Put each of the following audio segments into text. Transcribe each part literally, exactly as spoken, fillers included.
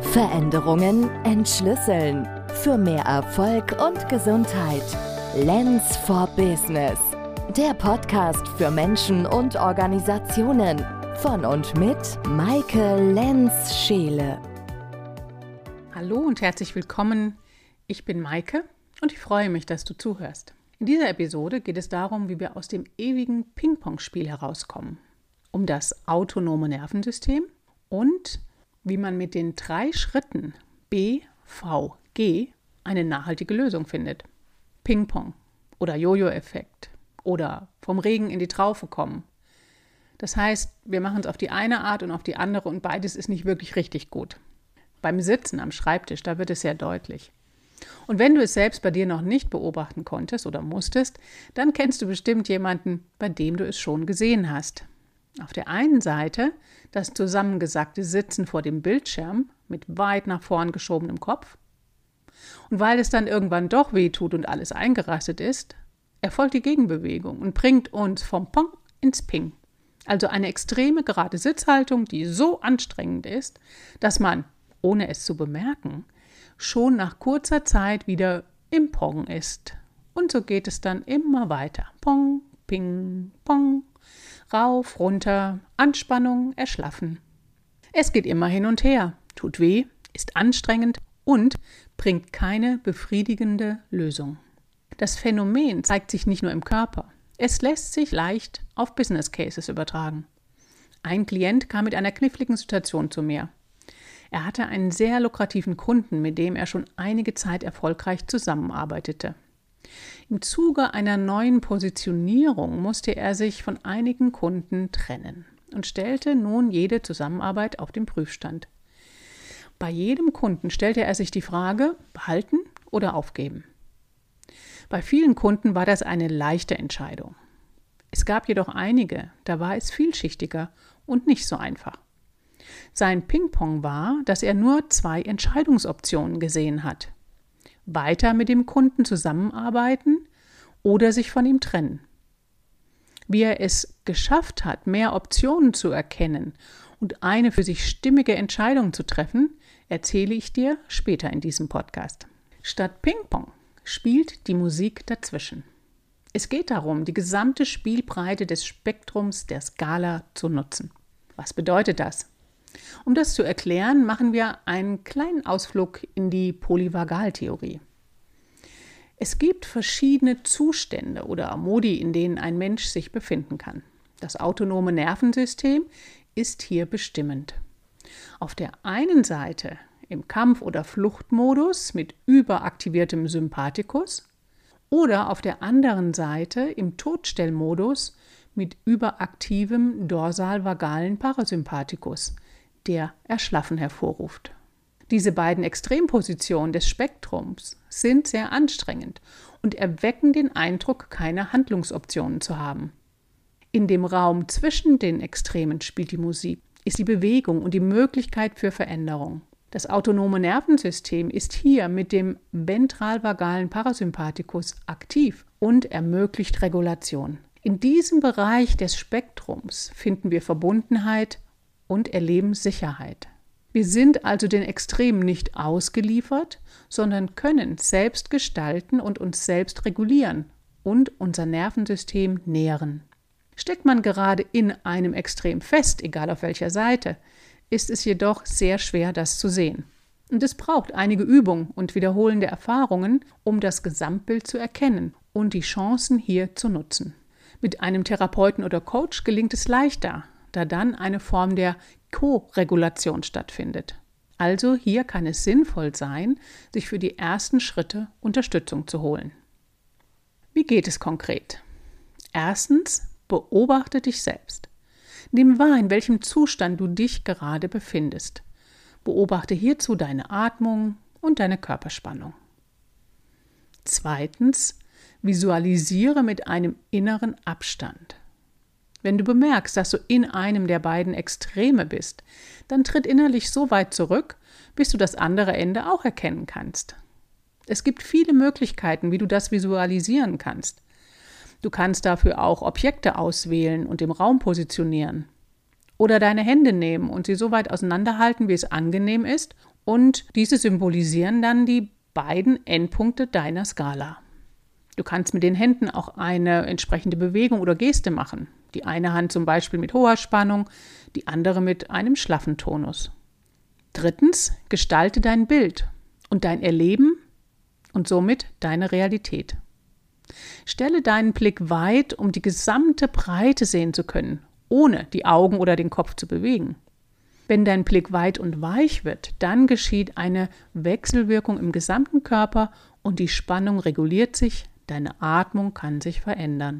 Veränderungen entschlüsseln. Für mehr Erfolg und Gesundheit. Lens for Business. Der Podcast für Menschen und Organisationen. Von und mit Maike Lenz-Scheele. Hallo und herzlich willkommen. Ich bin Maike und ich freue mich, dass du zuhörst. In dieser Episode geht es darum, wie wir aus dem ewigen Ping-Pong-Spiel herauskommen. Um das autonome Nervensystem und wie man mit den drei Schritten B V G eine nachhaltige Lösung findet. Ping-Pong oder Jojo-Effekt oder vom Regen in die Traufe kommen. Das heißt, wir machen es auf die eine Art und auf die andere und beides ist nicht wirklich richtig gut. Beim Sitzen am Schreibtisch, da wird es sehr deutlich. Und wenn du es selbst bei dir noch nicht beobachten konntest oder musstest, dann kennst du bestimmt jemanden, bei dem du es schon gesehen hast. Auf der einen Seite das zusammengesackte Sitzen vor dem Bildschirm mit weit nach vorn geschobenem Kopf. Und weil es dann irgendwann doch weh tut und alles eingerastet ist, erfolgt die Gegenbewegung und bringt uns vom Pong ins Ping. Also eine extreme gerade Sitzhaltung, die so anstrengend ist, dass man, ohne es zu bemerken, schon nach kurzer Zeit wieder im Pong ist. Und so geht es dann immer weiter. Pong, Ping, Pong. Rauf, runter, Anspannung, Erschlaffen. Es geht immer hin und her, tut weh, ist anstrengend und bringt keine befriedigende Lösung. Das Phänomen zeigt sich nicht nur im Körper, es lässt sich leicht auf Business Cases übertragen. Ein Klient kam mit einer kniffligen Situation zu mir. Er hatte einen sehr lukrativen Kunden, mit dem er schon einige Zeit erfolgreich zusammenarbeitete. Im Zuge einer neuen Positionierung musste er sich von einigen Kunden trennen und stellte nun jede Zusammenarbeit auf den Prüfstand. Bei jedem Kunden stellte er sich die Frage, behalten oder aufgeben. Bei vielen Kunden war das eine leichte Entscheidung. Es gab jedoch einige, da war es vielschichtiger und nicht so einfach. Sein Ping-Pong war, dass er nur zwei Entscheidungsoptionen gesehen hat. Weiter mit dem Kunden zusammenarbeiten oder sich von ihm trennen. Wie er es geschafft hat, mehr Optionen zu erkennen und eine für sich stimmige Entscheidung zu treffen, erzähle ich dir später in diesem Podcast. Statt Ping-Pong spielt die Musik dazwischen. Es geht darum, die gesamte Spielbreite des Spektrums der Skala zu nutzen. Was bedeutet das? Um das zu erklären, machen wir einen kleinen Ausflug in die Polyvagaltheorie. Es gibt verschiedene Zustände oder Modi, in denen ein Mensch sich befinden kann. Das autonome Nervensystem ist hier bestimmend. Auf der einen Seite im Kampf- oder Fluchtmodus mit überaktiviertem Sympathikus oder auf der anderen Seite im Todstellmodus mit überaktivem dorsalvagalen Parasympathikus, der Erschlaffen hervorruft. Diese beiden Extrempositionen des Spektrums sind sehr anstrengend und erwecken den Eindruck, keine Handlungsoptionen zu haben. In dem Raum zwischen den Extremen spielt die Musik, ist die Bewegung und die Möglichkeit für Veränderung. Das autonome Nervensystem ist hier mit dem ventralvagalen Parasympathikus aktiv und ermöglicht Regulation. In diesem Bereich des Spektrums finden wir Verbundenheit und erleben Sicherheit. Wir sind also den Extremen nicht ausgeliefert, sondern können selbst gestalten und uns selbst regulieren und unser Nervensystem nähren. Steckt man gerade in einem Extrem fest, egal auf welcher Seite, ist es jedoch sehr schwer, das zu sehen. Und es braucht einige Übung und wiederholende Erfahrungen, um das Gesamtbild zu erkennen und die Chancen hier zu nutzen. Mit einem Therapeuten oder Coach gelingt es leichter, da dann eine Form der Co-Regulation stattfindet. Also hier kann es sinnvoll sein, sich für die ersten Schritte Unterstützung zu holen. Wie geht es konkret? Erstens, beobachte dich selbst. Nimm wahr, in welchem Zustand du dich gerade befindest. Beobachte hierzu deine Atmung und deine Körperspannung. Zweitens, visualisiere mit einem inneren Abstand. Wenn du bemerkst, dass du in einem der beiden Extreme bist, dann tritt innerlich so weit zurück, bis du das andere Ende auch erkennen kannst. Es gibt viele Möglichkeiten, wie du das visualisieren kannst. Du kannst dafür auch Objekte auswählen und im Raum positionieren. Oder deine Hände nehmen und sie so weit auseinanderhalten, wie es angenehm ist, Und diese symbolisieren dann die beiden Endpunkte deiner Skala. Du kannst mit den Händen auch eine entsprechende Bewegung oder Geste machen. Die eine Hand zum Beispiel mit hoher Spannung, die andere mit einem schlaffen Tonus. Drittens, gestalte dein Bild und dein Erleben und somit deine Realität. Stelle deinen Blick weit, um die gesamte Breite sehen zu können, ohne die Augen oder den Kopf zu bewegen. Wenn dein Blick weit und weich wird, dann geschieht eine Wechselwirkung im gesamten Körper und die Spannung reguliert sich, deine Atmung kann sich verändern.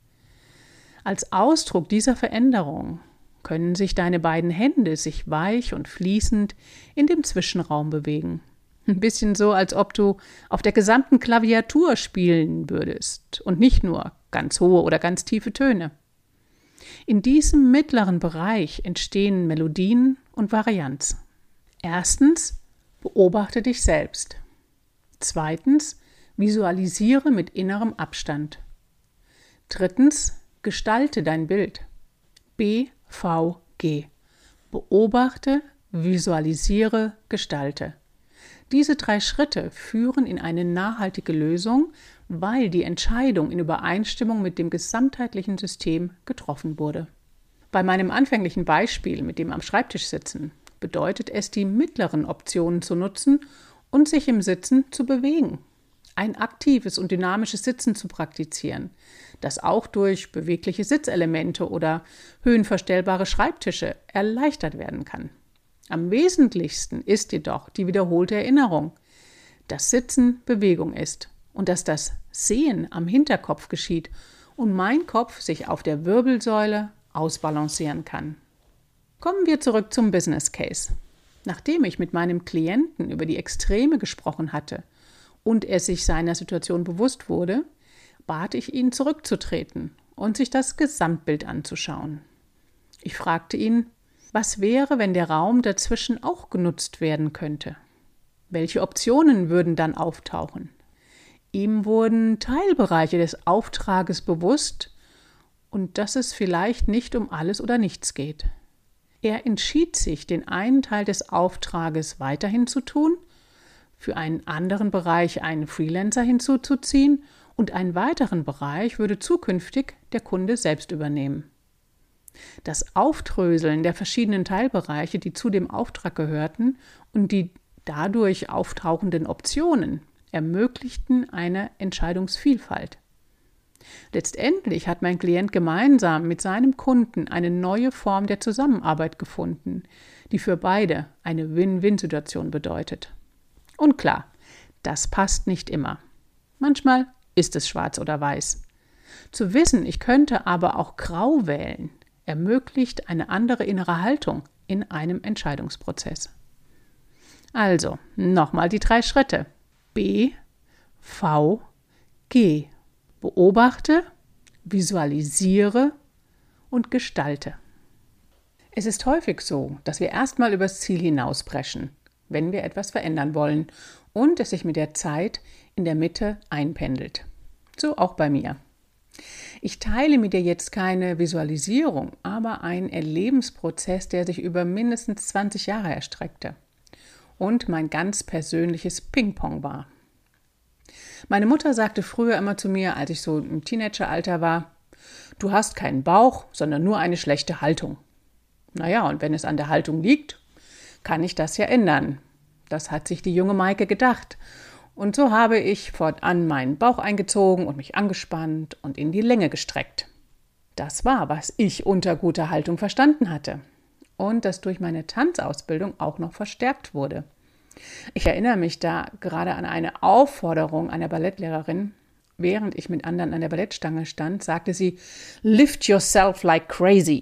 Als Ausdruck dieser Veränderung können sich deine beiden Hände sich weich und fließend in dem Zwischenraum bewegen. Ein bisschen so, als ob du auf der gesamten Klaviatur spielen würdest und nicht nur ganz hohe oder ganz tiefe Töne. In diesem mittleren Bereich entstehen Melodien und Varianz. Erstens, beobachte dich selbst. Zweitens, visualisiere mit innerem Abstand. Drittens, gestalte dein Bild. B V G. Beobachte, visualisiere, gestalte. Diese drei Schritte führen in eine nachhaltige Lösung, weil die Entscheidung in Übereinstimmung mit dem gesamtheitlichen System getroffen wurde. Bei meinem anfänglichen Beispiel mit dem am Schreibtisch sitzen bedeutet es, die mittleren Optionen zu nutzen und sich im Sitzen zu bewegen. Ein aktives und dynamisches Sitzen zu praktizieren, das auch durch bewegliche Sitzelemente oder höhenverstellbare Schreibtische erleichtert werden kann. Am wesentlichsten ist jedoch die wiederholte Erinnerung, dass Sitzen Bewegung ist und dass das Sehen am Hinterkopf geschieht und mein Kopf sich auf der Wirbelsäule ausbalancieren kann. Kommen wir zurück zum Business Case. Nachdem ich mit meinem Klienten über die Extreme gesprochen hatte und er sich seiner Situation bewusst wurde, bat ich ihn zurückzutreten und sich das Gesamtbild anzuschauen. Ich fragte ihn, was wäre, wenn der Raum dazwischen auch genutzt werden könnte? Welche Optionen würden dann auftauchen? Ihm wurden Teilbereiche des Auftrages bewusst und dass es vielleicht nicht um alles oder nichts geht. Er entschied sich, den einen Teil des Auftrages weiterhin zu tun, für einen anderen Bereich einen Freelancer hinzuzuziehen und einen weiteren Bereich würde zukünftig der Kunde selbst übernehmen. Das Aufdröseln der verschiedenen Teilbereiche, die zu dem Auftrag gehörten und die dadurch auftauchenden Optionen, ermöglichten eine Entscheidungsvielfalt. Letztendlich hat mein Klient gemeinsam mit seinem Kunden eine neue Form der Zusammenarbeit gefunden, die für beide eine Win-Win-Situation bedeutet. Und klar, das passt nicht immer. Manchmal ist es schwarz oder weiß. Zu wissen, ich könnte aber auch grau wählen, ermöglicht eine andere innere Haltung in einem Entscheidungsprozess. Also, nochmal die drei Schritte. B, V, G. Beobachte, visualisiere und gestalte. Es ist häufig so, dass wir erstmal übers Ziel hinauspreschen, wenn wir etwas verändern wollen und es sich mit der Zeit in der Mitte einpendelt. So auch bei mir. Ich teile mit dir jetzt keine Visualisierung, aber einen Erlebensprozess, der sich über mindestens zwanzig Jahre erstreckte und mein ganz persönliches Ping-Pong war. Meine Mutter sagte früher immer zu mir, als ich so im Teenageralter war, du hast keinen Bauch, sondern nur eine schlechte Haltung. Naja, und wenn es an der Haltung liegt, kann ich das ja ändern. Das hat sich die junge Maike gedacht. Und so habe ich fortan meinen Bauch eingezogen und mich angespannt und in die Länge gestreckt. Das war, was ich unter guter Haltung verstanden hatte. Und das durch meine Tanzausbildung auch noch verstärkt wurde. Ich erinnere mich da gerade an eine Aufforderung einer Ballettlehrerin. Während ich mit anderen an der Ballettstange stand, sagte sie, "Lift yourself like crazy."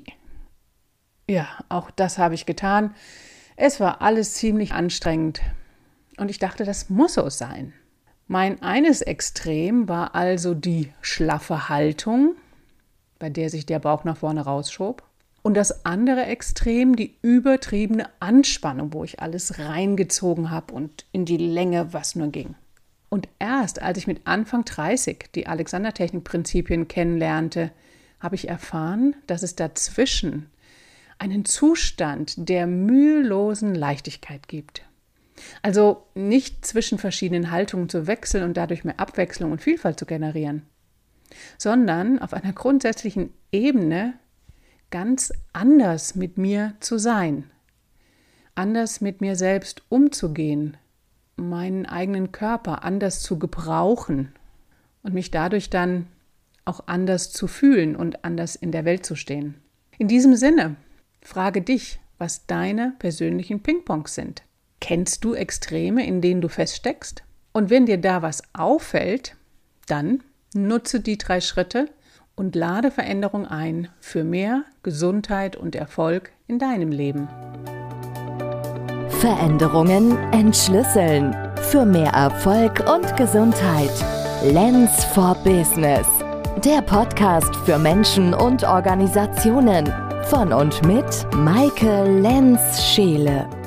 Ja, auch das habe ich getan. Es war alles ziemlich anstrengend. Und ich dachte, das muss so sein. Mein eines Extrem war also die schlaffe Haltung, bei der sich der Bauch nach vorne rausschob. Und das andere Extrem, die übertriebene Anspannung, wo ich alles reingezogen habe und in die Länge, was nur ging. Und erst als ich mit Anfang dreißig die Alexander-Technik-Prinzipien kennenlernte, habe ich erfahren, dass es dazwischen einen Zustand der mühelosen Leichtigkeit gibt. Also nicht zwischen verschiedenen Haltungen zu wechseln und dadurch mehr Abwechslung und Vielfalt zu generieren, sondern auf einer grundsätzlichen Ebene ganz anders mit mir zu sein, anders mit mir selbst umzugehen, meinen eigenen Körper anders zu gebrauchen und mich dadurch dann auch anders zu fühlen und anders in der Welt zu stehen. In diesem Sinne, frage dich, was deine persönlichen Ping-Pongs sind. Kennst du Extreme, in denen du feststeckst? Und wenn dir da was auffällt, dann nutze die drei Schritte und lade Veränderung ein für mehr Gesundheit und Erfolg in deinem Leben. Veränderungen entschlüsseln für mehr Erfolg und Gesundheit. Lens for Business. Der Podcast für Menschen und Organisationen von und mit Maike Lenz-Scheele.